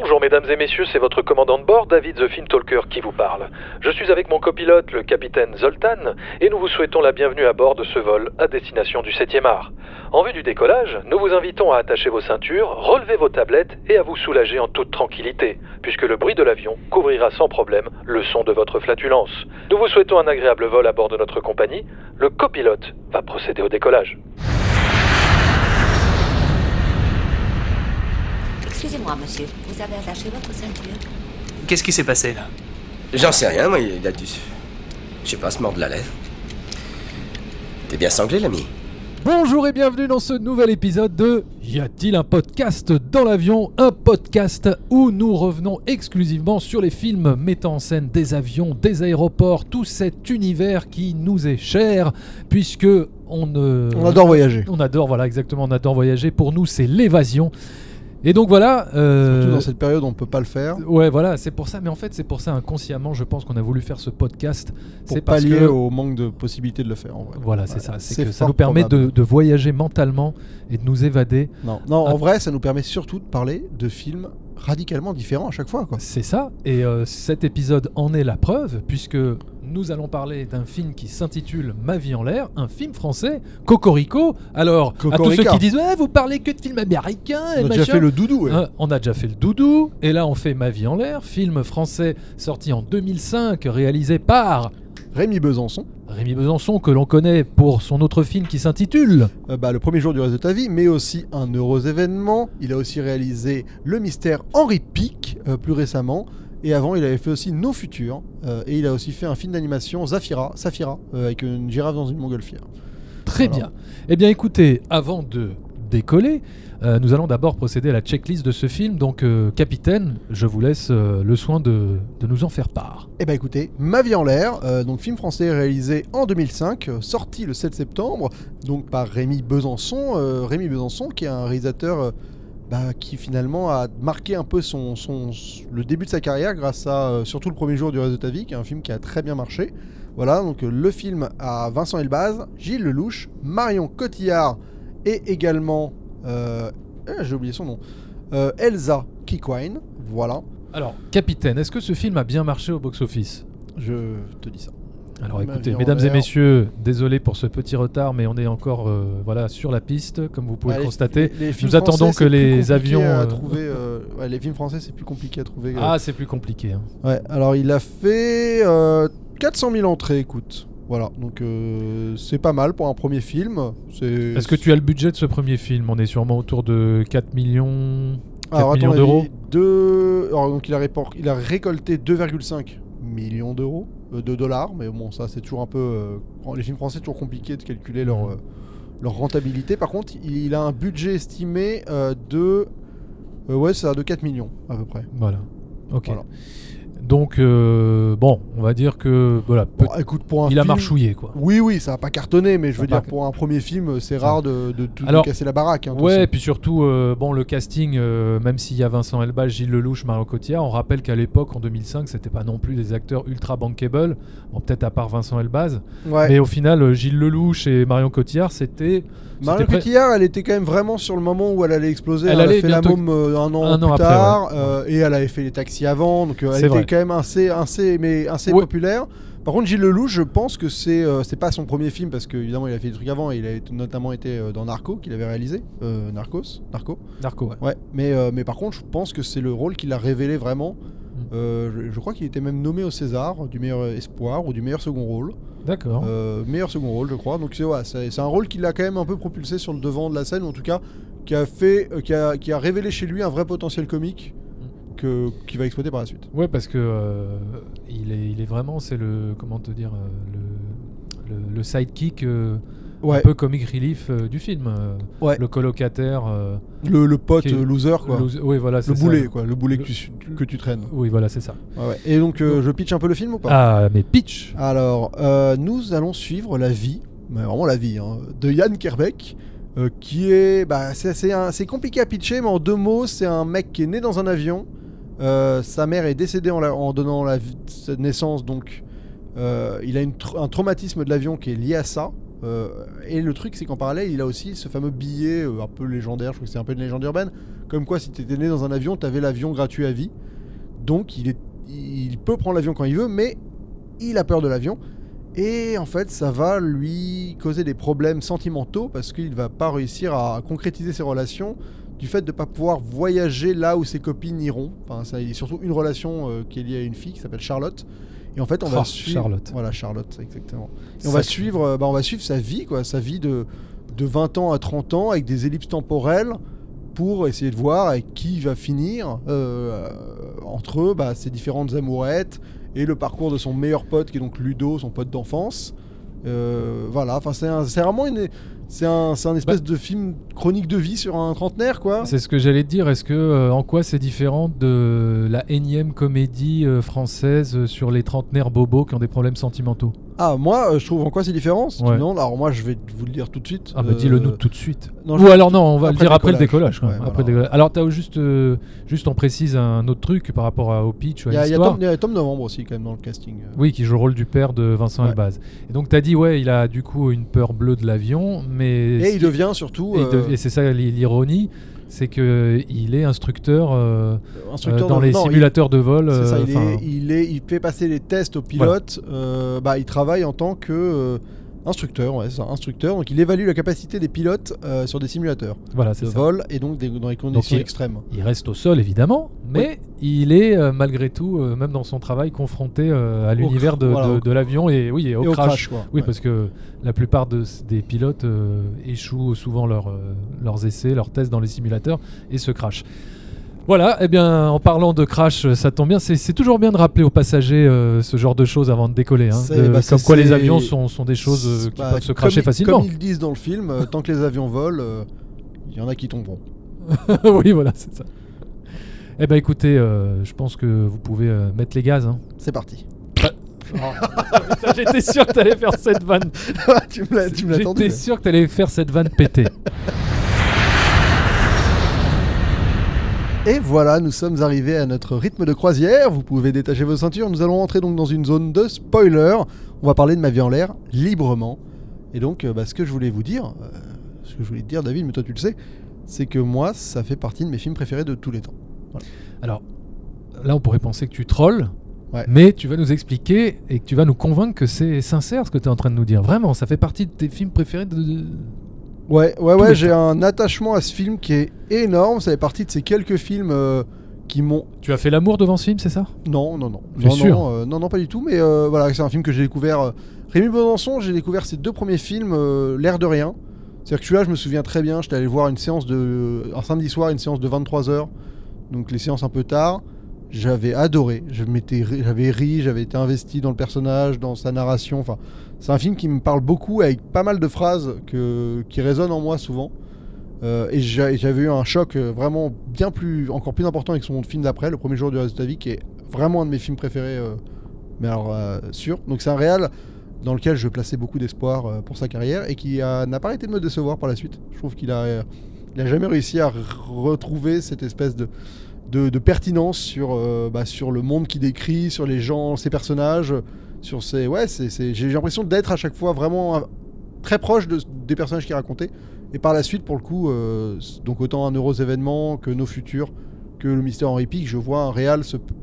Bonjour mesdames et messieurs, c'est votre commandant de bord, David the Film Talker, qui vous parle. Je suis avec mon copilote, le capitaine Zoltan, et nous vous souhaitons la bienvenue à bord de ce vol à destination du 7e art. En vue du décollage, nous vous invitons à attacher vos ceintures, relever vos tablettes et à vous soulager en toute tranquillité, puisque le bruit de l'avion couvrira sans problème le son de votre flatulence. Nous vous souhaitons un agréable vol à bord de notre compagnie. Le copilote va procéder au décollage. Excusez-moi, monsieur, vous avez attaché votre ceinture? Qu'est-ce qui s'est passé, là? J'en sais rien, moi, il a dû... Je sais pas, se mordre la lèvre. T'es bien sanglé, l'ami? Bonjour et bienvenue dans ce nouvel épisode de Y a-t-il un podcast dans l'avion? Un podcast où nous revenons exclusivement sur les films mettant en scène des avions, des aéroports, tout cet univers qui nous est cher, puisque on adore voyager. On adore, voilà, exactement, on adore voyager. Pour nous, c'est l'évasion. Et donc voilà. Surtout dans cette période, on ne peut pas le faire. Ouais, voilà, c'est pour ça. Mais en fait, c'est pour ça inconsciemment, je pense qu'on a voulu faire ce podcast. Pour pallier au manque de possibilités de le faire, en vrai. Voilà, c'est ça. C'est que ça nous permet de voyager mentalement et de nous évader. Non, en vrai, ça nous permet surtout de parler de films radicalement différents à chaque fois, quoi. C'est ça. Et cet épisode en est la preuve, puisque nous allons parler d'un film qui s'intitule Ma vie en l'air, un film français, Cocorico. Alors, à tous ceux qui disent « Ouais, vous parlez que de films américains » On a déjà fait le doudou, ouais. On a déjà fait le doudou, et là on fait Ma vie en l'air, film français sorti en 2005, réalisé par... Rémi Besançon. Rémi Besançon, que l'on connaît pour son autre film qui s'intitule Le premier jour du reste de ta vie, mais aussi Un heureux événement. Il a aussi réalisé Le mystère Henri Pic, plus récemment. Et avant, il avait fait aussi Nos futurs. Et il a aussi fait un film d'animation, Safira, avec une girafe dans une montgolfière. Très bien. Eh bien, écoutez, avant de décoller, nous allons d'abord procéder à la checklist de ce film. Donc, capitaine, je vous laisse le soin de nous en faire part. Eh bien, écoutez, Ma vie en l'air, donc film français réalisé en 2005, sorti le 7 septembre, donc par Rémi Besançon. Rémi Besançon, qui est un réalisateur... qui finalement a marqué un peu le début de sa carrière grâce à surtout Le premier jour du reste de ta vie, qui est un film qui a très bien marché. Voilà, donc le film a Vincent Elbaz, Gilles Lelouch, Marion Cotillard et également, j'ai oublié son nom, Elsa Kikwain, voilà. Alors, capitaine, est-ce que ce film a bien marché au box-office? Je te dis ça. Alors écoutez, mesdames et messieurs, désolé pour ce petit retard, mais on est encore sur la piste, comme vous pouvez le constater. Nous attendons que les avions... les films français, c'est plus compliqué à trouver. C'est plus compliqué. Hein. Ouais, alors il a fait 400 000 entrées, écoute. Voilà, donc c'est pas mal pour un premier film. Est-ce que tu as le budget de ce premier film? On est sûrement autour de 4 millions, d'euros. Alors, donc il a récolté 2,5 millions d'euros. De dollars, mais bon, ça c'est toujours un peu... les films français, c'est toujours compliqué de calculer leur rentabilité. Par contre, il a un budget estimé de 4 millions à peu près. Voilà, ok. Voilà. Donc, on va dire que voilà, écoute, pour un il film, a marchouillé, quoi. Oui, ça a pas cartonné, mais je veux dire, pour un premier film, c'est rare de casser la baraque. Hein, ouais, et puis surtout, le casting, même s'il y a Vincent Elbaz, Gilles Lelouch, Marion Cotillard, on rappelle qu'à l'époque, en 2005, c'était pas non plus des acteurs ultra bankable. Bon, peut-être à part Vincent Elbaz, mais au final, Gilles Lelouch et Marion Cotillard, c'était... Marion Cotillard, elle était quand même vraiment sur le moment où elle allait exploser. Elle allait fait La Môme un an plus après, tard, et elle avait fait Les Taxis avant, donc elle était quand même assez populaire. Par contre, Gilles Lelouch, je pense que c'est pas son premier film, parce qu'évidemment il a fait des trucs avant, et il a notamment été dans Narco qu'il avait réalisé. Narco, ouais. Ouais, mais par contre, je pense que c'est le rôle qu'il a révélé vraiment. Je crois qu'il était même nommé au César du meilleur espoir ou du meilleur second rôle. D'accord. Meilleur second rôle, je crois. Donc c'est un rôle qui l'a quand même un peu propulsé sur le devant de la scène, ou en tout cas qui a révélé chez lui un vrai potentiel comique qui va exploiter par la suite. Ouais, parce que il est vraiment, c'est le le sidekick. Un peu comic relief du film. Le colocataire. Le pote loser, quoi. Oui, voilà, c'est le boulet, quoi. Le boulet que tu traînes. Oui, voilà, c'est ça. Ouais. Et donc, je pitch un peu le film ou pas? Ah, mais pitch. Alors, nous allons suivre la vie, mais vraiment la vie, de Yann Kerbeck, qui est... c'est compliqué à pitcher, mais en 2 mots, c'est un mec qui est né dans un avion. Sa mère est décédée en donnant sa naissance, donc il a un traumatisme de l'avion qui est lié à ça. Et le truc, c'est qu'en parallèle, il a aussi ce fameux billet un peu légendaire, je trouve que c'est un peu une légende urbaine, comme quoi si tu étais né dans un avion, tu avais l'avion gratuit à vie. Donc il peut prendre l'avion quand il veut, mais il a peur de l'avion. Et en fait, ça va lui causer des problèmes sentimentaux parce qu'il va pas réussir à concrétiser ses relations du fait de pas pouvoir voyager là où ses copines iront. Enfin, ça, il y a surtout une relation qui est liée à une fille qui s'appelle Charlotte. Et en fait, on va suivre Charlotte. Voilà, Charlotte, exactement. Et on va suivre sa vie, quoi, sa vie de 20 ans à 30 ans avec des ellipses temporelles pour essayer de voir avec qui il va finir entre eux, ses différentes amourettes et le parcours de son meilleur pote qui est donc Ludo, son pote d'enfance. Voilà, enfin c'est vraiment c'est un espèce de film chronique de vie sur un trentenaire, quoi. C'est ce que j'allais te dire. Est-ce que en quoi c'est différent de la énième comédie française sur les trentenaires bobos qui ont des problèmes sentimentaux? Ah, moi, je trouve en quoi c'est différent. Ouais. Non, alors moi, je vais vous le dire tout de suite. Ah bah dis-le nous tout de suite. Non, Ou alors non, on va le dire après le décollage. Ouais, Après le décollage. Alors t'as juste on précise un autre truc par rapport au pitch ou à il y l'histoire. a Tom Novembre aussi quand même dans le casting. Oui, qui joue le rôle du père de Vincent Elbaz. Et donc t'as dit il a du coup une peur bleue de l'avion, mais et il devient surtout. Et c'est ça l'ironie, c'est que il est instructeur dans les simulateurs de vol. C'est ça, il fait passer les tests aux pilotes. Voilà. Il travaille en tant que instructeur, instructeur. Donc il évalue la capacité des pilotes sur des simulateurs de vol et donc dans les conditions extrêmes. Il reste au sol évidemment, mais il est malgré tout, même dans son travail, confronté à l'univers de l'avion et au crash. Oui, parce que la plupart des pilotes échouent souvent leurs essais, leurs tests dans les simulateurs et se crashent. Voilà, eh bien, en parlant de crash, ça tombe bien. C'est toujours bien de rappeler aux passagers ce genre de choses avant de décoller. Comme quoi les avions sont des choses qui peuvent se crasher facilement. Comme ils disent dans le film, tant que les avions volent, il y en a qui tomberont. Oui, voilà, c'est ça. Eh bien, écoutez, je pense que vous pouvez mettre les gaz. Hein. C'est parti. Putain, j'étais sûr que t'allais faire cette vanne. tu me l'as tendu. J'étais sûr que t'allais faire cette vanne pétée. Et voilà, nous sommes arrivés à notre rythme de croisière. Vous pouvez détacher vos ceintures. Nous allons entrer donc dans une zone de spoiler. On va parler de Ma vie en l'air librement. Et donc, ce que je voulais vous dire, David, mais toi tu le sais, c'est que moi, ça fait partie de mes films préférés de tous les temps. Voilà. Alors, là, on pourrait penser que tu trolles. Ouais. Mais tu vas nous expliquer et que tu vas nous convaincre que c'est sincère ce que tu es en train de nous dire. Vraiment, ça fait partie de tes films préférés de... Ouais, j'ai un attachement à ce film qui est énorme. Ça fait partie de ces quelques films qui m'ont... Tu as fait l'amour devant ce film, c'est ça ? Non. Tu es sûr ? Non, pas du tout. Mais voilà, c'est un film que j'ai découvert... Rémi Besançon, j'ai découvert ses 2 premiers films, l'air de rien. C'est-à-dire que celui-là, je me souviens très bien. J'étais allé voir un samedi soir, une séance de 23h. Donc les séances un peu tard. J'avais adoré. J'avais ri, j'avais été investi dans le personnage, dans sa narration. Enfin, c'est un film qui me parle beaucoup avec pas mal de phrases qui résonnent en moi souvent. Et j'avais eu un choc vraiment encore plus important avec son film d'après, Le premier jour du reste de ta vie, qui est vraiment un de mes films préférés. Mais alors, sûr. Donc c'est un réal dans lequel je plaçais beaucoup d'espoir pour sa carrière et qui n'a pas arrêté de me décevoir par la suite. Je trouve qu'il a jamais réussi à retrouver cette espèce de pertinence sur le monde qu'il décrit, sur les gens, ses personnages, j'ai l'impression d'être à chaque fois vraiment très proche des personnages qu'il racontait. Et par la suite, pour le coup, donc autant Un heureux événement que Nos futurs, que Le mystère Henri Pic, je vois un réal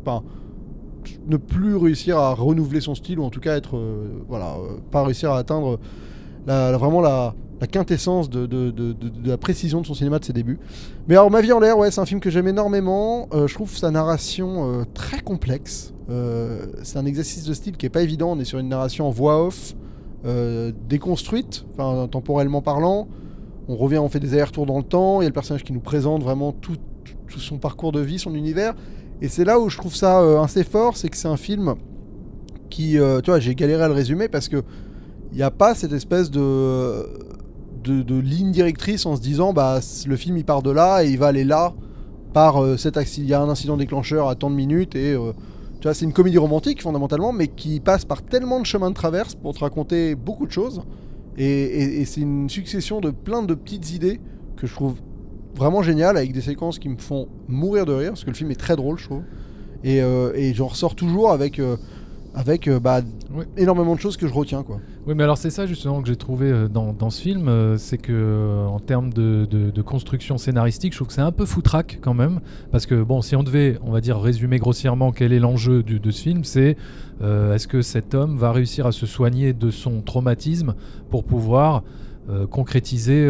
ne plus réussir à renouveler son style, ou en tout cas pas réussir à atteindre vraiment la quintessence de la précision de son cinéma de ses débuts. Mais alors, Ma vie en l'air, c'est un film que j'aime énormément. Je trouve sa narration très complexe. C'est un exercice de style qui est pas évident. On est sur une narration en voix off, déconstruite, temporellement parlant. On fait des allers-retours dans le temps. Il y a le personnage qui nous présente vraiment tout son parcours de vie, son univers. Et c'est là où je trouve ça assez fort, c'est que c'est un film qui, j'ai galéré à le résumer parce que il n'y a pas cette espèce de ligne directrice en se disant le film il part de là et il va aller là par il y a un incident déclencheur à tant de minutes et c'est une comédie romantique fondamentalement, mais qui passe par tellement de chemins de traverse pour te raconter beaucoup de choses et c'est une succession de plein de petites idées que je trouve vraiment géniales, avec des séquences qui me font mourir de rire parce que le film est très drôle, je trouve, et j'en ressors toujours avec avec Ouais. énormément de choses que je retiens, quoi. Oui, mais alors c'est ça justement que j'ai trouvé dans ce film, c'est que en termes de construction scénaristique, je trouve que c'est un peu foutraque quand même, parce que bon, si on devait, on va dire, résumer grossièrement quel est l'enjeu de ce film, c'est est-ce que cet homme va réussir à se soigner de son traumatisme pour pouvoir concrétiser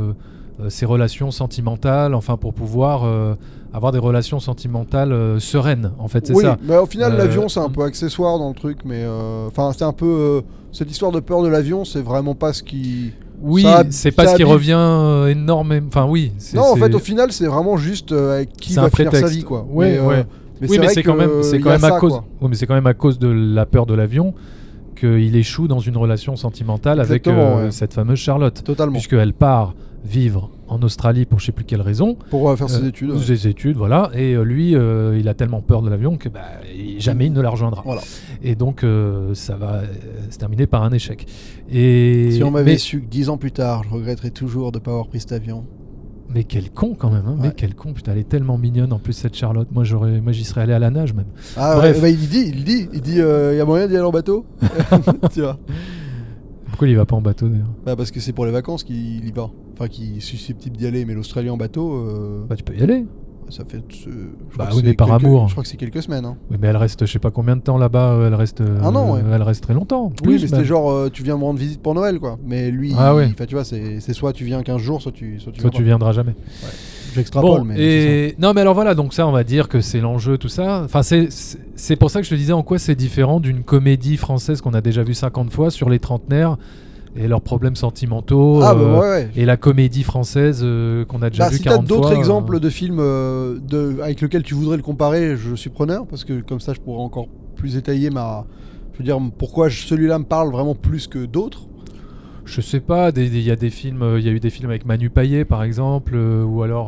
ses relations sentimentales, enfin pour pouvoir avoir des relations sentimentales sereines, en fait, c'est Oui, ça. mais au final, l'avion, c'est un peu accessoire dans le truc, mais enfin, c'est un peu cette histoire de peur de l'avion, c'est vraiment pas ce qui. Oui, Ça- c'est pas ça ce qui habite- revient énormément. Enfin, oui. Non, en fait, au final, c'est vraiment juste avec qui c'est va un finir sa prétexte. vie, quoi. Ouais, ouais. Mais Oui, mais vrai c'est quand que, même, c'est y quand a même à ça, cause. quoi. Oui, mais c'est quand même à cause de la peur de l'avion qu'il échoue dans une relation sentimentale avec Exactement, ouais. cette fameuse Charlotte, Totalement. puisqu'elle part vivre en Australie pour je sais plus quelle raison. Pour faire ses études. Ses études, voilà. Et lui, il a tellement peur de l'avion que jamais il ne la rejoindra. Voilà. Et donc, ça va se terminer par un échec. Et Si on m'avait mais, su que 10 ans plus tard, je regretterais toujours de ne pas avoir pris cet avion. mais quel con quand même, hein. Ouais. Mais quel con, putain, elle est tellement mignonne en plus cette Charlotte. Moi, j'y serais allé à la nage même. Ah, Bref. ouais, bah, il dit, y a moyen d'y aller en bateau. Tu vois. Pourquoi il va pas en bateau d'ailleurs? Bah, parce que c'est pour les vacances qu'il y va. Enfin, qu'il est susceptible d'y aller, mais l'Australie en bateau, Bah, tu peux y aller. ça fait. Je Bah crois que oui, c'est mais par amour. Je crois que c'est quelques semaines. Hein. Oui, mais elle reste, je sais pas combien de temps là-bas. Elle reste. Un an, ouais. Elle reste très longtemps. Oui, Plus mais c'était même. genre, tu viens me rendre visite pour Noël, quoi. Mais lui, Ah ouais. enfin, tu vois, c'est soit tu viens 15 jours, soit tu Toi, viens tu pas. viendras jamais. J'extrapole, Bon, mais. c'est et non, mais alors voilà, donc ça, on va dire que c'est l'enjeu, tout ça. Enfin, c'est pour ça que je te disais en quoi c'est différent d'une comédie française qu'on a déjà vue 50 fois sur les trentenaires et leurs problèmes sentimentaux. ça. Ah, bah ouais. Et la comédie française qu'on a déjà Bah, vue si t'as 40 fois. d'autres exemples de films avec lesquels tu voudrais le comparer, je suis preneur, parce que comme ça, je pourrais encore plus étayer je veux dire, pourquoi celui-là me parle vraiment plus que d'autres. Je sais pas, il y a des films, il y a eu des films avec Manu Payet par exemple, ou alors,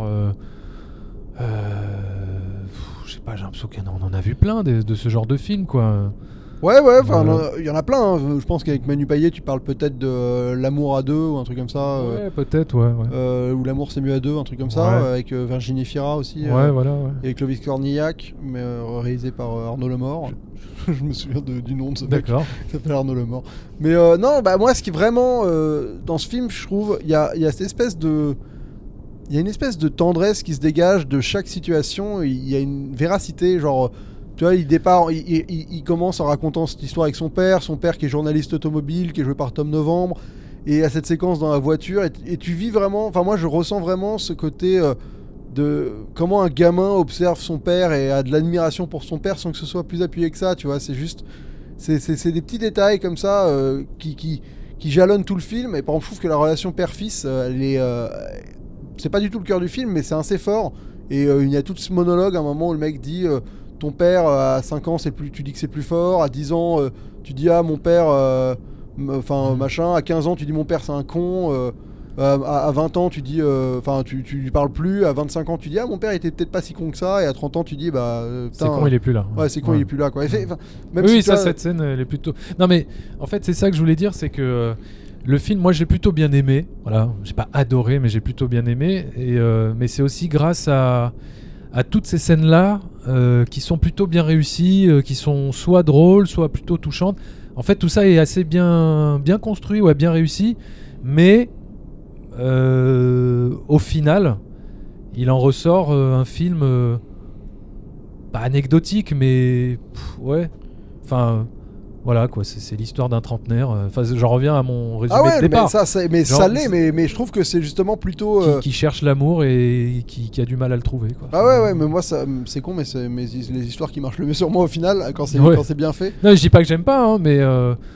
je sais pas, j'ai l'impression qu'on en a vu plein de ce genre de films quoi. Ouais, enfin, il y en a plein. Hein. Je pense qu'avec Manu Payet, tu parles peut-être de L'amour à deux ou un truc comme ça. Ouais, peut-être, ouais. Ou L'amour c'est mieux à deux, un truc comme ça. Ouais. Avec Virginie Fira aussi. Ouais, voilà, ouais. Et avec Clovis Cornillac, mais réalisé par Arnaud Lemort. Je me souviens du nom de ce mec. D'accord. Il s'appelle Arnaud Lemort. Mais non, bah moi, ce qui est vraiment dans ce film, je trouve, il y a cette espèce de. Il y a une espèce de tendresse qui se dégage de chaque situation. Il y a une véracité, genre. Tu vois, il commence en racontant cette histoire avec son père qui est journaliste automobile, qui est joué par Tom Novembre, et à cette séquence dans la voiture, et tu vis vraiment. Enfin, moi, je ressens vraiment ce côté de comment un gamin observe son père et a de l'admiration pour son père sans que ce soit plus appuyé que ça. Tu vois, c'est juste. C'est des petits détails comme ça qui jalonnent tout le film. Et par exemple, je trouve que la relation père-fils, elle est. C'est pas du tout le cœur du film, mais c'est assez fort. Et il y a tout ce monologue à un moment où le mec dit ton père à 5 ans tu dis que c'est plus fort, à 10 ans tu dis ah mon père machin, à 15 ans tu dis mon père c'est un con, à 20 ans tu dis tu lui parles plus, à 25 ans tu dis ah mon père était peut-être pas si con que ça, et à 30 ans tu dis c'est con, il est plus là. Ouais, c'est con, il est plus là quoi. Même oui, si ça, cette scène elle est plutôt. Non mais en fait c'est ça que je voulais dire, c'est que le film, moi j'ai plutôt bien aimé. Voilà, j'ai pas adoré, mais j'ai plutôt bien aimé. Et mais c'est aussi grâce à toutes ces scènes-là qui sont plutôt bien réussies, qui sont soit drôles, soit plutôt touchantes. En fait, tout ça est assez bien construit, ouais, bien réussi. Mais au final, il en ressort un film pas anecdotique, mais ouais. Enfin. Voilà quoi, c'est l'histoire d'un trentenaire. Enfin, j'en reviens à mon résumé de départ. Mais ça l'est, mais je trouve que c'est justement plutôt qui cherche l'amour et qui a du mal à le trouver. Quoi. Ah ouais, mais moi c'est con, mais c'est les histoires qui marchent le mieux sur moi au final quand c'est bien fait. Non, je dis pas que j'aime pas, hein, mais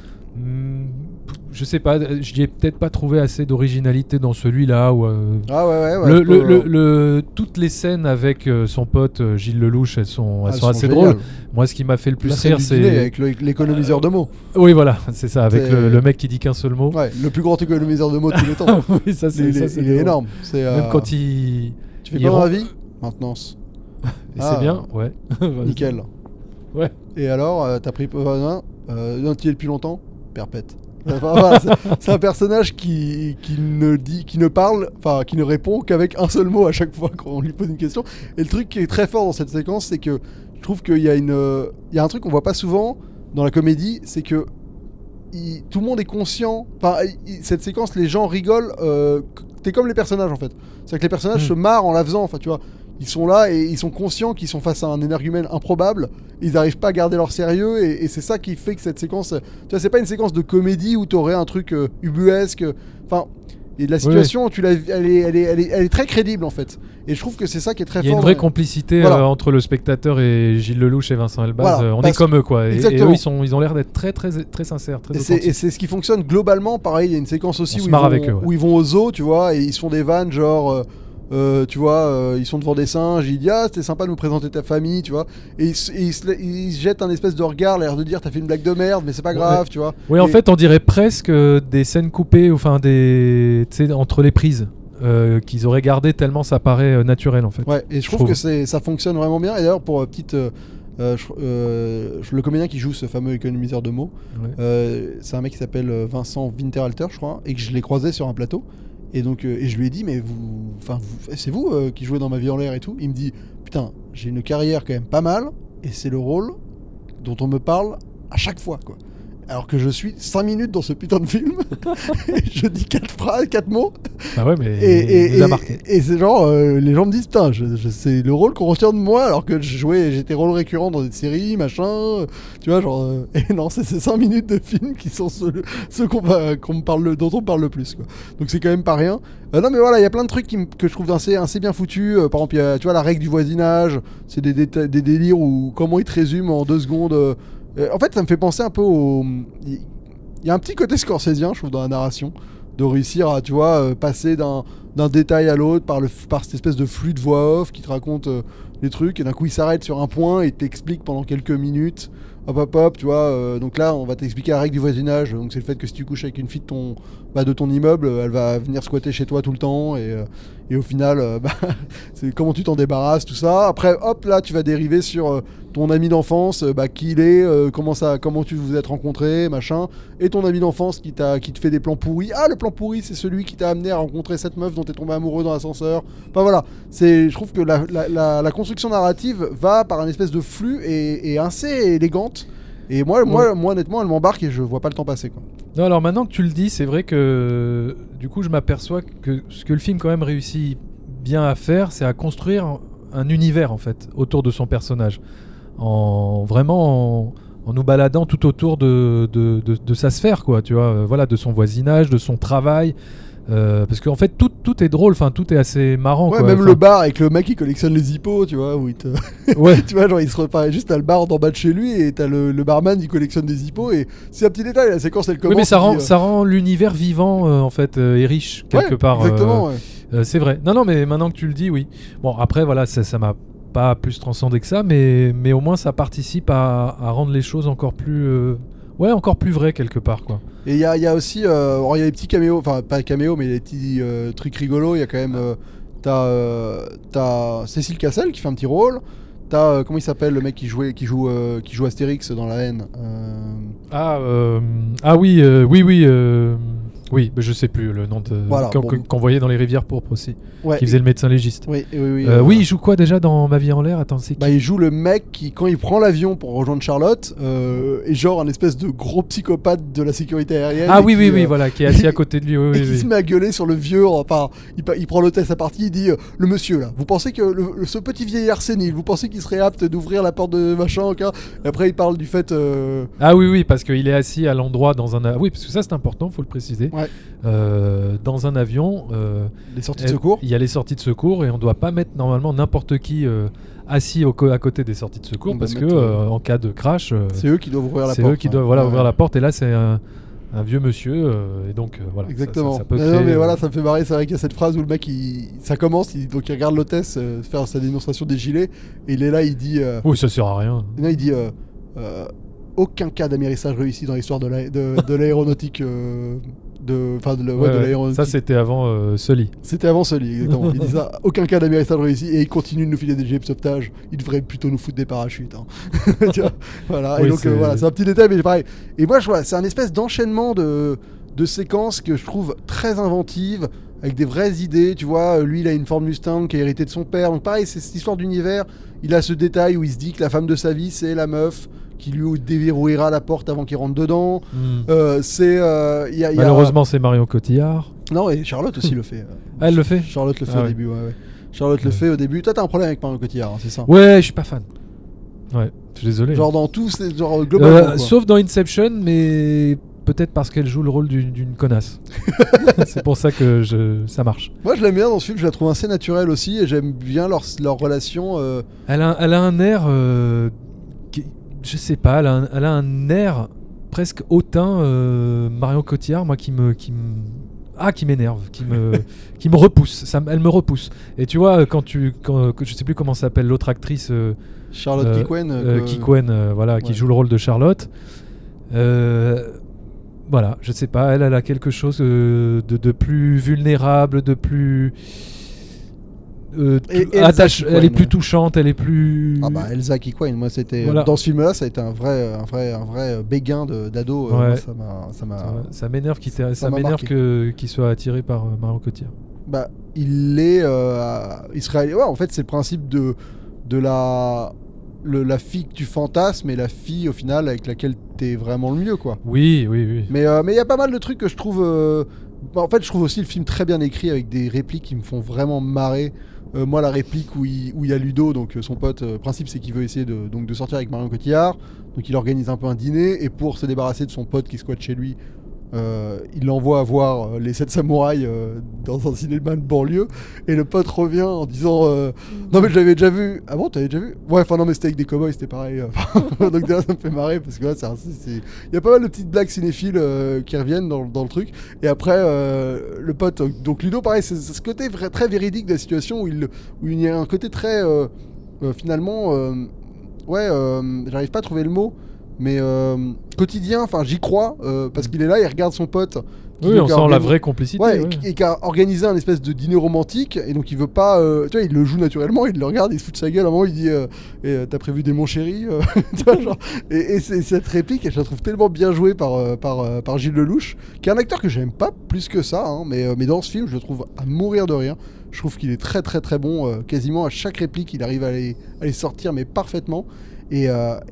je sais pas, j'y ai peut-être pas trouvé assez d'originalité dans celui-là. Ah ouais. Toutes les scènes avec son pote Gilles Lelouch, elles sont assez géniales. drôles. Moi, ce qui m'a fait le plus rire, c'est avec l'économiseur de mots. Oui, voilà, c'est ça, avec le mec qui dit qu'un seul mot. Ouais, le plus grand économiseur de mots de tous les temps. Oui, ça c'est il est énorme. Même quand il. Tu fais quoi dans la vie ? Maintenance. Et c'est bien, ouais. Nickel. Ouais. Et alors, t'as pris un petit depuis longtemps ? Perpète. Voilà, c'est un personnage qui ne parle, enfin qui ne répond qu'avec un seul mot à chaque fois qu'on lui pose une question. Et le truc qui est très fort dans cette séquence, c'est que je trouve qu'il y a un truc qu'on voit pas souvent, dans la comédie, c'est que tout le monde est conscient. Enfin, cette séquence, les gens rigolent. T'es comme les personnages en fait. C'est-à-dire que les personnages se marrent en la faisant. Enfin, tu vois, ils sont là et ils sont conscients qu'ils sont face à un énergumène improbable. Ils n'arrivent pas à garder leur sérieux et c'est ça qui fait que cette séquence. Tu vois, c'est pas une séquence de comédie où t'aurais un truc ubuesque. Enfin. Et la situation, elle est très crédible en fait. Et je trouve que c'est ça qui est très fort. Il y a une vraie complicité entre le spectateur et Gilles Lelouch et Vincent Elbaz. Voilà, on est comme eux quoi. Et eux, ils ont l'air d'être très sincères, très authentiques. Et c'est ce qui fonctionne globalement. Pareil, il y a une séquence aussi où ils vont au zoo, tu vois, et ils se font des vannes genre. Tu vois, ils sont devant des singes, il dit c'était sympa de nous présenter ta famille, tu vois, et ils se jettent un espèce de regard, l'air de dire t'as fait une blague de merde, mais c'est pas grave, tu vois. Oui, en fait, on dirait presque des scènes coupées, enfin entre les prises. Qu'ils auraient gardé tellement ça paraît naturel en fait. Ouais, et je trouve que ça fonctionne vraiment bien. Et d'ailleurs, pour petite. Le comédien qui joue ce fameux économiseur de mots, c'est un mec qui s'appelle Vincent Winterhalter, je crois, et que je l'ai croisé sur un plateau. Et donc, et je lui ai dit, mais c'est vous qui jouez dans Ma vie en l'air et tout. Il me dit, putain, j'ai une carrière quand même pas mal, et c'est le rôle dont on me parle à chaque fois, quoi. Alors que je suis 5 minutes dans ce putain de film, et je dis 4 phrases, 4 mots. Ah ouais, mais il nous a marqué. Et c'est genre, les gens me disent, putain, c'est le rôle qu'on retient de moi, alors que j'étais rôle récurrent dans des séries, machin. Tu vois, genre, et non, c'est ces 5 minutes de film qui sont ceux dont on parle le plus, quoi. Donc c'est quand même pas rien. Non, mais voilà, il y a plein de trucs que je trouve assez bien foutus. Par exemple, tu vois, la règle du voisinage, c'est des délires où, comment ils te résument en 2 secondes. En fait, ça me fait penser un peu au. Il y a un petit côté scorsésien, je trouve, dans la narration, de réussir à, tu vois, passer d'un détail à l'autre par cette espèce de flux de voix off qui te raconte les trucs, et d'un coup il s'arrête sur un point et t'explique pendant quelques minutes. Hop, tu vois. Donc là, on va t'expliquer la règle du voisinage. Donc c'est le fait que si tu couches avec une fille de ton immeuble, elle va venir squatter chez toi tout le temps. Et au final, c'est comment tu t'en débarrasses, tout ça. Après, hop, là, tu vas dériver sur ton ami d'enfance, qui il est, comment tu vous êtes rencontrés, machin. Et ton ami d'enfance qui te fait des plans pourris. Ah, le plan pourri, c'est celui qui t'a amené à rencontrer cette meuf dont t'es tombé amoureux dans l'ascenseur. Enfin voilà. Je trouve que la construction narrative va par un espèce de flux et assez élégante. Et moi, honnêtement, elle m'embarque et je vois pas le temps passer, quoi. Non, alors maintenant que tu le dis, c'est vrai que du coup, je m'aperçois que ce que le film quand même réussit bien à faire, c'est à construire un univers en fait autour de son personnage, en nous baladant tout autour de sa sphère, quoi. Tu vois, voilà, de son voisinage, de son travail. Parce qu'en fait tout est drôle, enfin tout est assez marrant. Ouais, quoi. Même le bar avec le mec qui collectionne les hippos, tu vois, où il te... Ouais. Tu vois, genre il se repart juste, t'as le bar d'en bas de chez lui et t'as le barman qui collectionne des hippos, et c'est un petit détail, la séquence elle commence. Oui, mais ça rend l'univers vivant en fait et riche quelque part. Exactement, c'est vrai. Non, mais maintenant que tu le dis, oui. Bon, après voilà, ça m'a pas plus transcendé que ça, mais au moins ça participe à rendre les choses encore plus encore plus vraies quelque part, quoi. Et il y a aussi il y a des petits caméos, enfin pas caméos, mais des petits trucs rigolos. Il y a quand même t'as Cécile Cassel qui fait un petit rôle. T'as comment il s'appelle le mec qui joue Astérix dans La Haine. Oui, mais je sais plus le nom de voilà, qu'on voyait dans Les Rivières pourpres aussi, ouais, qui faisait le médecin légiste. Oui, il joue quoi déjà dans Ma vie en l'air? Attends, c'est qui? Il joue le mec qui, quand il prend l'avion pour rejoindre Charlotte, est genre un espèce de gros psychopathe de la sécurité aérienne. Ah oui, voilà, qui est assis à côté de lui. Oui, et qui se met à gueuler sur le vieux. Enfin, il prend l'hôtesse à partie, il dit le monsieur là, vous pensez que ce petit vieillard sénile, vous pensez qu'il serait apte d'ouvrir la porte de machin, okay? Et après il parle du fait. Ah oui, parce qu'il est assis à l'endroit dans un. Oui, parce que ça c'est important, faut le préciser. Ouais. Dans un avion, les sorties de secours. Il y a les sorties de secours et on doit pas mettre normalement n'importe qui assis à côté des sorties de secours, parce que en cas de crash, c'est eux qui doivent ouvrir la porte. C'est eux qui doivent ouvrir la porte, et là c'est un vieux monsieur, et donc voilà. Exactement. Ça peut créer, non, mais voilà, ça me fait marrer. C'est vrai qu'il y a cette phrase où le mec ça commence, donc il regarde l'hôtesse faire sa démonstration des gilets, et il est là, il dit. Oui, ça sert à rien. Et là, il dit. Aucun cas d'amérissage réussi dans l'histoire de l'aéronautique. De l'aéronautique. Ça c'était avant Sully. C'était avant Sully, exactement. Il dit ça, aucun cas d'amérissage réussi, et il continue de nous filer des gilets de sauvetage. Il devrait plutôt nous foutre des parachutes, hein. Tu vois, voilà. Oui, et donc voilà, c'est un petit détail, mais pareil. Et moi je vois, c'est un espèce d'enchaînement de séquences que je trouve très inventives, avec des vraies idées. Tu vois, lui il a une Ford Mustang qui a hérité de son père, donc pareil, c'est cette histoire d'univers. Il a ce détail où il se dit que la femme de sa vie c'est la meuf qui lui déverrouillera la porte avant qu'il rentre dedans. Malheureusement, c'est Marion Cotillard. Non, et Charlotte aussi le fait. Ah, elle le fait. Charlotte le fait Ah au ouais. début, ouais. Charlotte le fait au début. Toi, t'as un problème avec Marion Cotillard, hein, c'est ça? Ouais, je suis pas fan. Ouais, je suis désolé. Genre dans tous les... Genre globalement, quoi. Sauf dans Inception, mais peut-être parce qu'elle joue le rôle d'une connasse. C'est pour ça que ça marche. Moi, je l'aime bien dans ce film, je la trouve assez naturelle aussi, et j'aime bien leur relation. Elle a un air... je sais pas, elle a un air presque hautain, Marion Cotillard, moi qui m'énerve, qui me repousse. Elle me repousse. Et tu vois, quand je sais plus comment s'appelle l'autre actrice... Charlotte Kikwen. Kikwen, voilà, qui joue le rôle de Charlotte. Voilà, je sais pas, elle a quelque chose de plus vulnérable, de plus... Elsa Kikwen, elle est plus touchante, elle est plus... Ah bah Elsa Kikwen, moi c'était... Voilà. Dans ce film-là, ça a été un vrai béguin d'ado. Ouais. Moi, ça m'a... Ça m'énerve qu'il soit attiré par Marion Cotillard. Bah, il serait... Ouais, en fait, c'est le principe de la fille que tu fantasmes et la fille au final avec laquelle t'es vraiment le mieux, quoi. Oui. Mais il y a pas mal de trucs que je trouve... En fait, je trouve aussi le film très bien écrit avec des répliques qui me font vraiment marrer. Moi, la réplique où il y a Ludo, donc son pote, le principe c'est qu'il veut essayer de sortir avec Marion Cotillard. Donc il organise un peu un dîner, et pour se débarrasser de son pote qui squatte chez lui, il l'envoie voir les 7 samouraïs dans un cinéma de banlieue, et le pote revient en disant non mais je l'avais déjà vu. Ah bon, t'avais déjà vu? Ouais, enfin non, mais c'était avec des cowboys, c'était pareil. Donc déjà ça me fait marrer parce que là, il y a pas mal de petites blagues cinéphiles qui reviennent dans le truc. Et après le pote, donc Ludo, pareil, c'est ce côté très véridique de la situation où il y a un côté très finalement j'arrive pas à trouver le mot, mais quotidien, enfin j'y crois, parce qu'il est là, il regarde son pote. Oui, on sent la vraie complicité. Ouais, et qui a organisé un espèce de dîner romantique, et donc il veut pas, tu vois, il le joue naturellement, il le regarde, il se fout de sa gueule, à un moment il dit t'as prévu des mon chéri tu vois, genre, et cette réplique, je la trouve tellement bien jouée par Gilles Lelouch, qui est un acteur que j'aime pas plus que ça, hein, mais dans ce film je le trouve à mourir de rire. Je trouve qu'il est très très très bon, quasiment à chaque réplique il arrive à les sortir, mais parfaitement. Et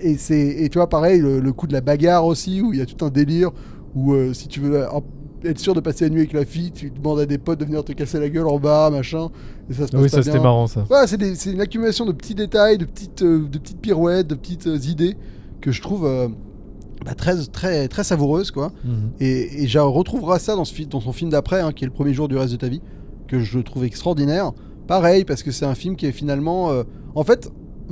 tu vois, pareil, le coup de la bagarre aussi, où il y a tout un délire, où si tu veux être sûr de passer la nuit avec la fille, tu demandes à des potes de venir te casser la gueule en bas, machin, et ça se passe pas bien. C'était marrant, ça. Ouais, c'est une accumulation de petits détails, de petites pirouettes, de petites idées que je trouve très, très, très savoureuses, quoi. Et je retrouverai ça dans son film d'après, hein, qui est Le premier jour du reste de ta vie, que je trouve extraordinaire. Pareil, parce que c'est un film qui est finalement... en fait,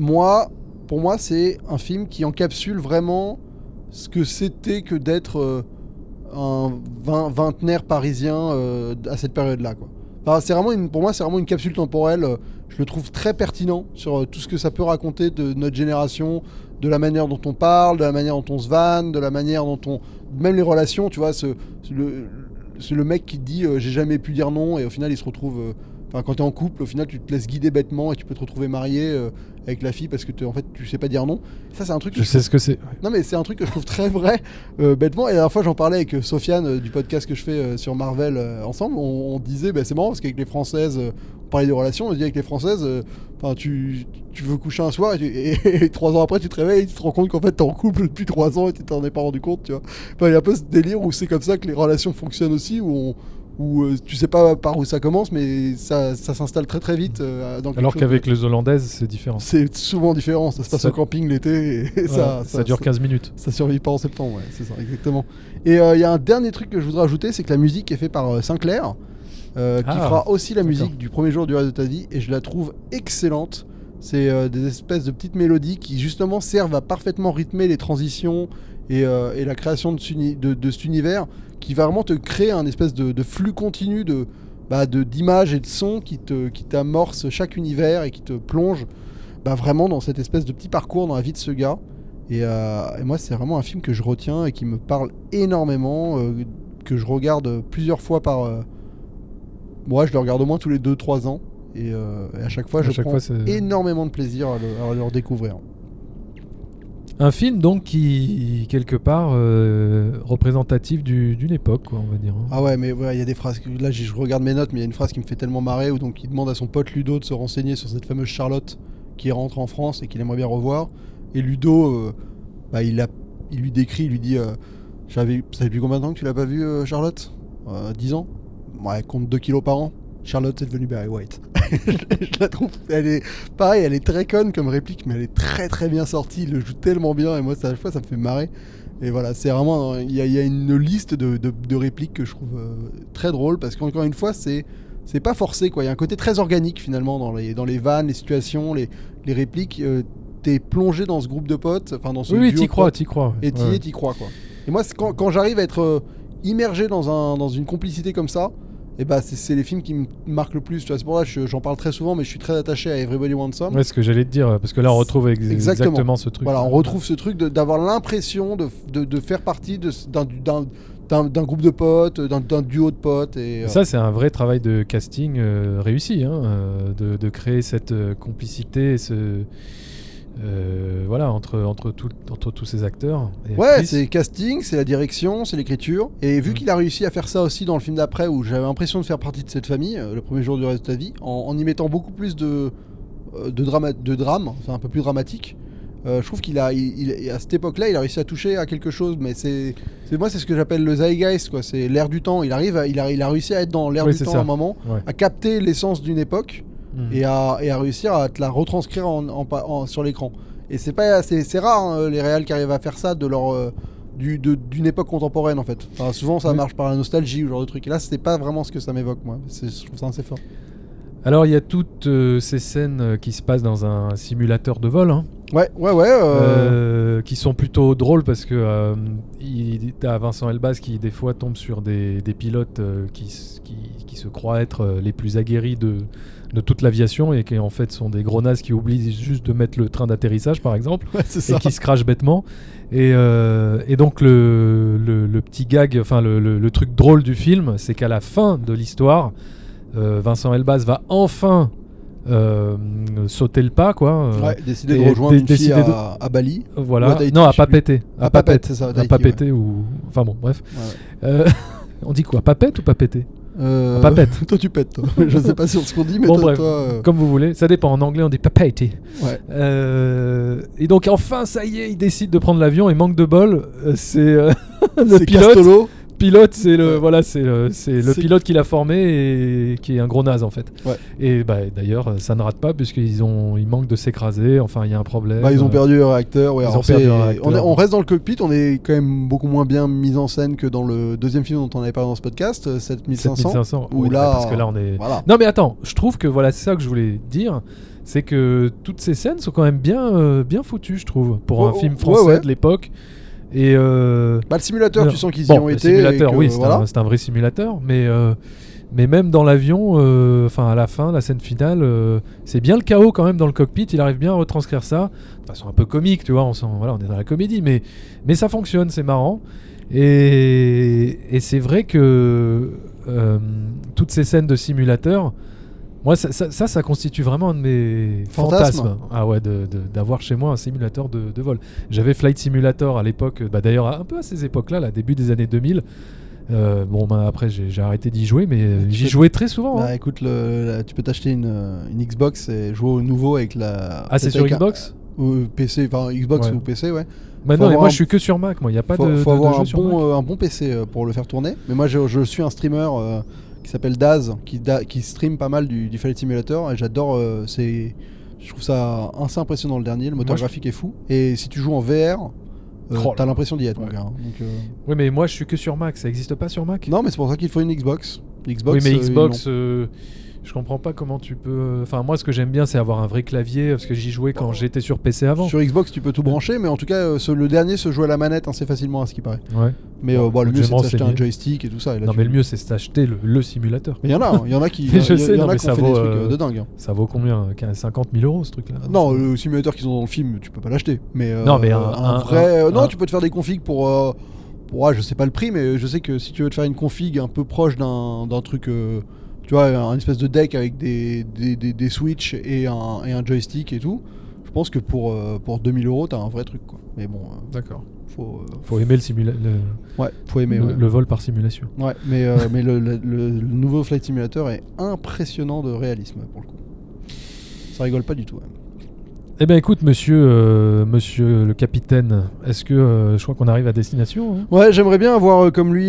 pour moi, c'est un film qui encapsule vraiment ce que c'était que d'être un vingtenaire parisien à cette période-là, quoi. Enfin, pour moi, c'est vraiment une capsule temporelle. Je le trouve très pertinent sur tout ce que ça peut raconter de notre génération, de la manière dont on parle, de la manière dont on se vanne, de la manière dont on... Même les relations, tu vois, c'est le mec qui te dit j'ai jamais pu dire non, et au final il se retrouve... quand t'es en couple, au final tu te laisses guider bêtement et tu peux te retrouver marié avec la fille parce que en fait tu sais pas dire non. Ça c'est un truc que je sais ce que c'est. Non mais c'est un truc que je trouve très vrai, bêtement. Et la dernière fois j'en parlais avec Sofiane du podcast que je fais sur Marvel ensemble. On disait c'est marrant parce qu'avec les Françaises, on parlait des relations, on dit avec les Françaises, tu veux coucher un soir et 3 ans après tu te réveilles et tu te rends compte qu'en fait t'es en couple depuis 3 ans et tu t'en es pas rendu compte, tu vois. Il y a un peu ce délire où c'est comme ça que les relations fonctionnent aussi, où tu sais pas par où ça commence, mais ça s'installe très très vite. Alors qu'avec les Hollandaises, c'est différent. C'est souvent différent, ça se passe au camping l'été, et ça dure 15 minutes. Ça survit pas en septembre, ouais, c'est ça, exactement. Et il y a un dernier truc que je voudrais ajouter, c'est que la musique est faite par Sinclair, qui fera aussi la musique du premier jour du reste de ta vie, et je la trouve excellente. C'est des espèces de petites mélodies qui justement servent à parfaitement rythmer les transitions et la création de cet univers, qui va vraiment te créer un espèce de flux continu d'images et de sons qui t'amorce chaque univers et qui te plonge vraiment dans cette espèce de petit parcours dans la vie de ce gars. Et moi c'est vraiment un film que je retiens et qui me parle énormément, que je regarde plusieurs fois moi je le regarde au moins tous les 2-3 ans, et à chaque fois je prends énormément de plaisir à le redécouvrir. Un film donc qui, quelque part, représentatif d'une époque, quoi, on va dire. Ah ouais, mais il y a des phrases, là je regarde mes notes, mais il y a une phrase qui me fait tellement marrer, où donc il demande à son pote Ludo de se renseigner sur cette fameuse Charlotte qui rentre en France et qu'il aimerait bien revoir. Et Ludo, bah, il lui décrit, il lui dit ça fait depuis combien de temps que tu l'as pas vu, Charlotte 10 ans. Ouais, compte 2 kilos par an. Charlotte est devenue Barry White. Je la trouve, elle est très conne comme réplique, mais elle est très très bien sortie. Il le joue tellement bien et moi, à la fois, ça me fait marrer. Et voilà, c'est vraiment, il y a une liste de répliques que je trouve très drôle parce qu'encore une fois, c'est pas forcé quoi. Il y a un côté très organique finalement dans les vannes, les situations, les répliques. T'es plongé dans ce groupe de potes, enfin dans ce duo. Oui, t'y de crois, potes, t'y crois. et t'y crois quoi. Et moi, quand j'arrive à être immergé dans une complicité comme ça, et bah c'est les films qui me marquent le plus. Tu vois, c'est pour ça que j'en parle très souvent, mais je suis très attaché à Everybody Wants Some. Ouais, ce que j'allais te dire, parce que là on retrouve exactement ce truc. Voilà, on retrouve ce truc d'avoir l'impression de faire partie d'un groupe de potes, d'un duo de potes. Et ça, c'est un vrai travail de casting réussi, hein, de créer cette complicité, voilà, entre tous ces acteurs. Et ouais, actrices. c'est le casting, c'est la direction, c'est l'écriture. Et vu qu'il a réussi à faire ça aussi dans le film d'après, où j'avais l'impression de faire partie de cette famille, le premier jour du reste de ta vie, en y mettant beaucoup plus de drame, enfin un peu plus dramatique. Je trouve à cette époque-là, il a réussi à toucher à quelque chose, mais c'est ce que j'appelle le zeitgeist, quoi. C'est l'air du temps. Il a réussi à être dans l'air du temps à un moment, à capter l'essence d'une époque. Et à réussir à te la retranscrire sur l'écran. Et c'est rare hein, les réals qui arrivent à faire ça d'une époque contemporaine en fait. Enfin, souvent ça marche par la nostalgie ou ce genre de truc. Et là c'était pas vraiment ce que ça m'évoque moi. Je trouve ça assez fort. Alors il y a toutes ces scènes qui se passent dans un simulateur de vol. Hein. Ouais. Qui sont plutôt drôles parce que t'as Vincent Elbaz qui des fois tombe sur des pilotes qui se croient être les plus aguerris de toute l'aviation et qui en fait sont des gros nazes qui oublient juste de mettre le train d'atterrissage par exemple et qui se crachent bêtement et donc le petit gag, enfin le truc drôle du film, c'est qu'à la fin de l'histoire Vincent Elbaz va enfin sauter le pas quoi, décider de rejoindre une fille à Bali, voilà, Tahiti, non à Papete, c'est ça, Tahiti, à Papete ou enfin bon bref, on dit quoi, Papete ou Papete? Pas pète. Toi tu pètes toi. Je sais pas sur ce qu'on dit mais bon, toi, bref, comme vous voulez, ça dépend. En anglais on dit papete. Ouais. Et donc enfin ça y est, il décide de prendre l'avion et manque de bol, c'est le pilote. Castolo. Pilote, c'est le pilote qui l'a formé et qui est un gros naze en fait. Ouais. Et d'ailleurs ça ne rate pas puisqu'ils manquent de s'écraser. Enfin il y a un problème. Ils ont perdu le réacteur. Ouais, on reste dans le cockpit. On est quand même beaucoup moins bien mis en scène que dans le deuxième film dont on avait parlé dans ce podcast, 7500. Où là, parce que là on est. Voilà. Non mais attends, je trouve que voilà c'est ça que je voulais dire. C'est que toutes ces scènes sont quand même bien foutues, je trouve, pour un film français de l'époque. Et le simulateur, tu sens qu'ils y ont été. Le simulateur, oui, c'est un vrai simulateur, mais même dans l'avion, à la fin, la scène finale, c'est bien le chaos quand même dans le cockpit. Il arrive bien à retranscrire ça de façon un peu comique, tu vois. On est dans la comédie, mais ça fonctionne, c'est marrant. Et c'est vrai que toutes ces scènes de simulateur, moi, ça constitue vraiment un de mes fantasmes. Ah ouais, d'avoir chez moi un simulateur de vol. J'avais Flight Simulator à l'époque, d'ailleurs un peu à ces époques-là, début des années 2000. Après j'ai arrêté d'y jouer, mais j'y jouais très souvent. Bah écoute, tu peux t'acheter une Xbox et jouer au nouveau avec la... Ah c'est sur Xbox ou PC, enfin Xbox ou PC, ouais. Non, moi je suis que sur Mac, moi il n'y a pas faut avoir de un bon PC pour le faire tourner. Mais moi je suis un streamer... qui s'appelle Daz, qui stream pas mal du Flight Simulator et j'adore, je trouve ça assez impressionnant le dernier, le moteur graphique est fou et si tu joues en VR t'as l'impression d'y être mon gars. Donc, oui mais moi je suis que sur Mac, ça existe pas sur Mac. Non mais c'est pour ça qu'il faut une Xbox. Oui mais Xbox je comprends pas comment tu peux... Enfin moi ce que j'aime bien c'est avoir un vrai clavier parce que j'y jouais quand j'étais sur PC avant. Sur Xbox tu peux tout brancher mais en tout cas le dernier se joue à la manette assez facilement à ce qui paraît. Ouais. Mais le mieux c'est d'acheter un joystick et tout ça. Et là, non mais le mieux c'est d'acheter le simulateur. Mais il y en a qui je sais, qui ont fait des trucs de dingue. Ça vaut combien 50 000 € ce truc là? Non le simulateur qu'ils ont dans le film tu peux pas l'acheter. Mais non mais un vrai... Non tu peux te faire des configs pour je sais pas le prix mais je sais que si tu veux te faire une config un peu proche d'un truc... tu vois, un espèce de deck avec des switches et un joystick et tout. Je pense que pour 2000 € t'as un vrai truc quoi. Mais bon, d'accord. Faut aimer ouais, faut aimer le vol par simulation. Ouais, mais le nouveau Flight Simulator est impressionnant de réalisme pour le coup. Ça rigole pas du tout. Même. Eh bien écoute monsieur le capitaine, est-ce que je crois qu'on arrive à destination hein Ouais, j'aimerais bien avoir comme lui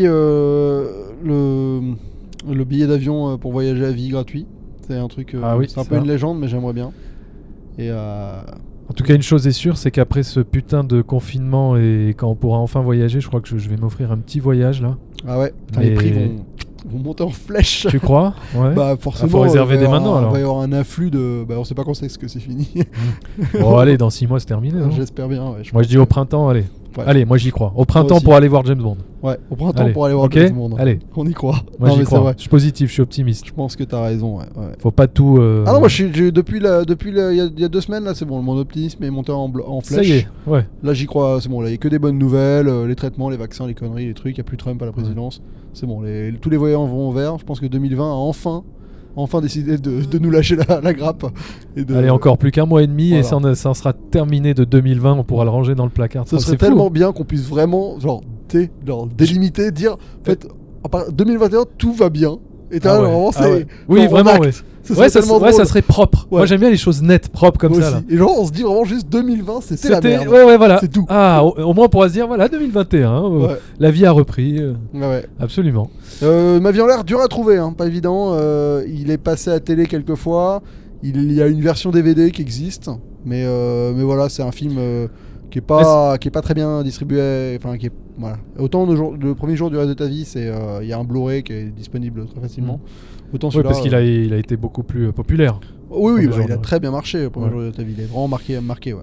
le billet d'avion pour voyager à vie gratuit. C'est un truc, Ah oui, c'est un ça. peu une légende, mais j'aimerais bien. Et En tout cas, une chose est sûre, c'est qu'après ce putain de confinement et quand on pourra enfin voyager, je crois que je vais m'offrir un petit voyage là. ah ouais, putain, Mais- les prix vont monter en flèche. Tu crois? Ouais. Bah forcément. faut réserver il va y dès avoir maintenant, alors. Il va y avoir un afflux de. Bah on sait pas quand c'est que c'est fini. Bon, allez, dans 6 mois, c'est terminé. non J'espère bien. Ouais, Moi, je dis au printemps, allez. Ouais. Allez, moi j'y crois. Au printemps aussi. pour aller voir James Bond. Ouais, au printemps Allez, pour aller voir ok James Bond. Allez. On y croit. Moi Non, j'y mais c'est crois. vrai. Je suis positif, je suis optimiste. Je pense que t'as raison. Ouais. Faut pas tout. Ah non, moi depuis il y a 2 semaines là, c'est bon, mon optimisme est monté en Ça flèche. y est, ouais. Là j'y crois, c'est bon, là il y a que des bonnes nouvelles, les traitements, les vaccins, les conneries, les trucs, il y a plus Trump à la présidence. C'est bon, tous les voyants vont au vert. Je pense que 2020 a enfin décidé de nous lâcher la grappe. Et Allez, encore plus qu'un mois et demi et Voilà. ça en sera terminé de 2020. On pourra le ranger dans le placard. Ce Oh, serait c'est tellement fou. bien qu'on puisse vraiment délimiter, dire en fait, à part 2021 tout va bien. Et Ah ouais. vraiment Ah c'est. ouais. Oui, genre, vraiment, on acte. ouais. Ce serait tellement ouais, ça drôle. serait propre. Ouais. Moi j'aime bien les choses nettes, propres comme Moi ça. aussi. Là. Et genre on se dit vraiment juste 2020 c'était la merde. Ouais, voilà. C'est tout. Ah, au moins on pourra se dire, voilà, 2021, Ouais. la vie a repris. Ouais. Absolument. Ma vie en l'air, dur à trouver, hein, pas évident. Il est passé à télé quelques fois. Il y a une version DVD qui existe, mais voilà, c'est un film qui est pas très bien distribué. Enfin, qui est voilà. Autant le premier jour du reste de ta vie, il y a un Blu-ray qui est disponible très facilement. Autant Oui, celui-là. parce qu'il a été beaucoup plus populaire. Oui, premier bah, jour il a de- très bien marché le premier Ouais. jour de ta vie. Il est vraiment marqué, ouais.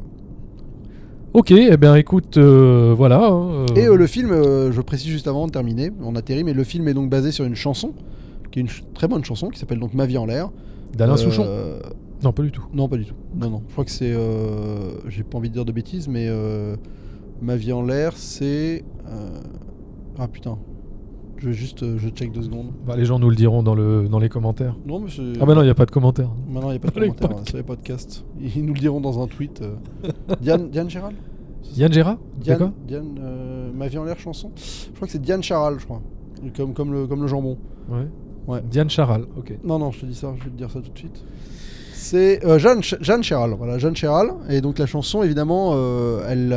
Ok, eh bien écoute, voilà. Et le film, je précise juste avant de terminer, on atterrit, mais le film est donc basé sur une chanson, qui est une très bonne chanson, qui s'appelle donc Ma vie en l'air. d'Alain Souchon. Non, pas du tout. Non, pas du tout. Non. Je crois que c'est. J'ai pas envie de dire de bêtises, mais Ma vie en l'air, c'est. Ah putain. Je check 2 secondes. Bah, les gens nous le diront dans les commentaires. Non, mais c'est. Ah bah non, il n'y a pas de commentaires. Maintenant, il n'y a pas de Dans les commentaire podcasts. sur les podcasts. Ils nous le diront dans un tweet. Diane Charal Yann Gérard D'accord. Diane, Ma vie en l'air chanson. Je crois que c'est Diane Charal, je crois. Comme le jambon. Ouais. Ouais. Diane Charal, ok. Non, je te dis ça, je vais te dire ça tout de suite. C'est Jeanne Charal, voilà, Jeanne Charal. Et donc la chanson, évidemment, elle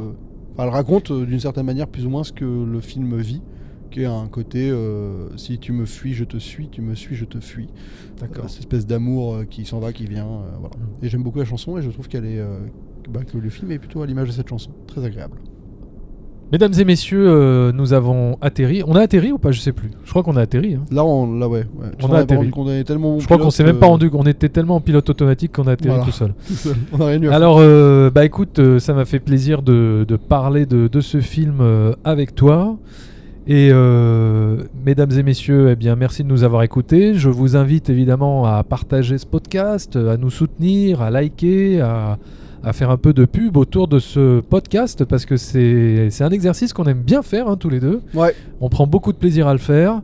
raconte d'une certaine manière plus ou moins ce que le film vit, qui est un côté si tu me fuis, je te suis, tu me suis, je te fuis. D'accord. Cette espèce d'amour qui s'en va, qui vient. Voilà. Et j'aime beaucoup la chanson et je trouve qu'elle est que le film est plutôt à l'image de cette chanson. Très agréable. Mesdames et messieurs, nous avons atterri. On a atterri ou pas? Je sais plus. Je crois qu'on a atterri. Hein. Là, ouais. Tu On t'en a as pas atterri. rendu compte, on est tellement bon Je crois qu'on pilote s'est même que- pas rendu. On était tellement en pilote automatique qu'on a atterri Voilà. tout seul. tout seul. On a rien eu à Alors, bah écoute, ça m'a fait plaisir de parler de ce film avec toi. Et mesdames et messieurs, eh bien, merci de nous avoir écoutés. Je vous invite évidemment à partager ce podcast, à nous soutenir, à liker, à faire un peu de pub autour de ce podcast parce que c'est un exercice qu'on aime bien faire hein, tous les deux. Ouais. On prend beaucoup de plaisir à le faire.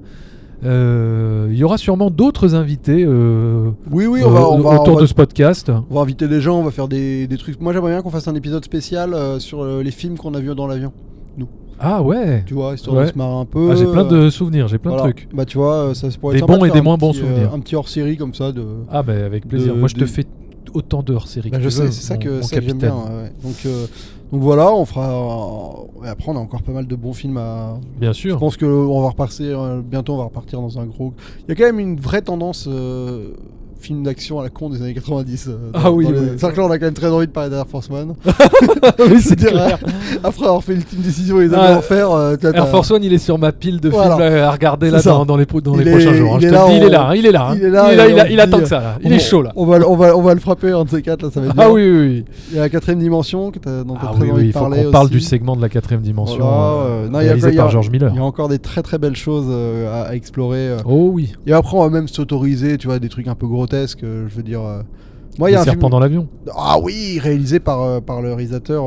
Il y aura sûrement d'autres invités Oui, on va autour de ce podcast. On va inviter les gens, on va faire des trucs. Moi, j'aimerais bien qu'on fasse un épisode spécial sur les films qu'on a vus dans l'avion. Ah ouais. Tu vois, histoire Ouais. de se marrer un peu. Ah, j'ai plein de souvenirs, j'ai plein voilà. de trucs. Bah, tu vois, ça se pourrait Des être sympa bons de et faire des moins un bons petit, souvenirs. un petit hors-série comme ça. Ah bah avec plaisir. Moi je te fais autant de hors-série que Bah, je tu sais, veux, c'est ça mon que j'aime capitaine. bien. Ouais. Donc voilà, on fera. Et après, on a encore pas mal de bons films à. Bien Je sûr. pense que on va repartir bientôt. On va repartir dans un gros. Il y a quand même une vraie tendance film d'action à la con des années 90. Ah oui, oui. C'est-à-dire que là, on a quand même très envie de parler d'Air Force One. Oui, c'est dire, clair. Après avoir fait l'ultime décision et les Ah, années en faire. Air Force One, il est sur ma pile de Voilà. films à regarder là C'est ça. dans les Il prochains est- jours. hein. il Je est te là, le dis, il est on- là, hein, il est là. hein. il est là, Il et on il attend dit, que ça là. Il est chaud là. On va le frapper, un de ces quatre, là, ça va être bien. Ah oui, oui, oui. Il y a la 4ème dimension dont t'as Ah très oui, envie oui, de il faut parler qu'on parle aussi. du segment de la 4ème dimension Voilà, non, il y a- réalisé il y a- par George Miller. Il y a encore des très très belles choses à explorer. Oh oui. Et après, on va même s'autoriser, tu vois, des trucs un peu grotesques. Je veux dire. Moi, il y Les a un film. serpents dans l'avion. Ah oui, réalisé par le réalisateur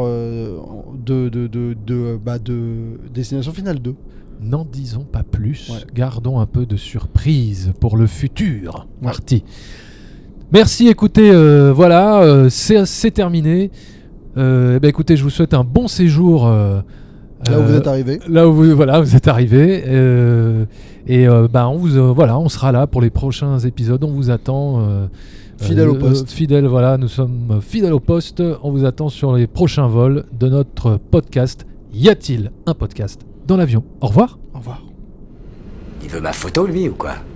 de Destination Finale 2. N'en disons pas plus. Ouais. Gardons un peu de surprise pour le futur. Ouais. Marty. Merci, écoutez, voilà, c'est terminé. Eh ben, écoutez, je vous souhaite un bon séjour. Là où vous êtes arrivé. Là où vous êtes arrivé. On sera là pour les prochains épisodes. On vous attend. Fidèle au poste. Fidèle, voilà, nous sommes fidèles au poste. On vous attend sur les prochains vols de notre podcast. Y a-t-il un podcast dans l'avion ? Au revoir. Au revoir. Il veut ma photo, lui, ou quoi?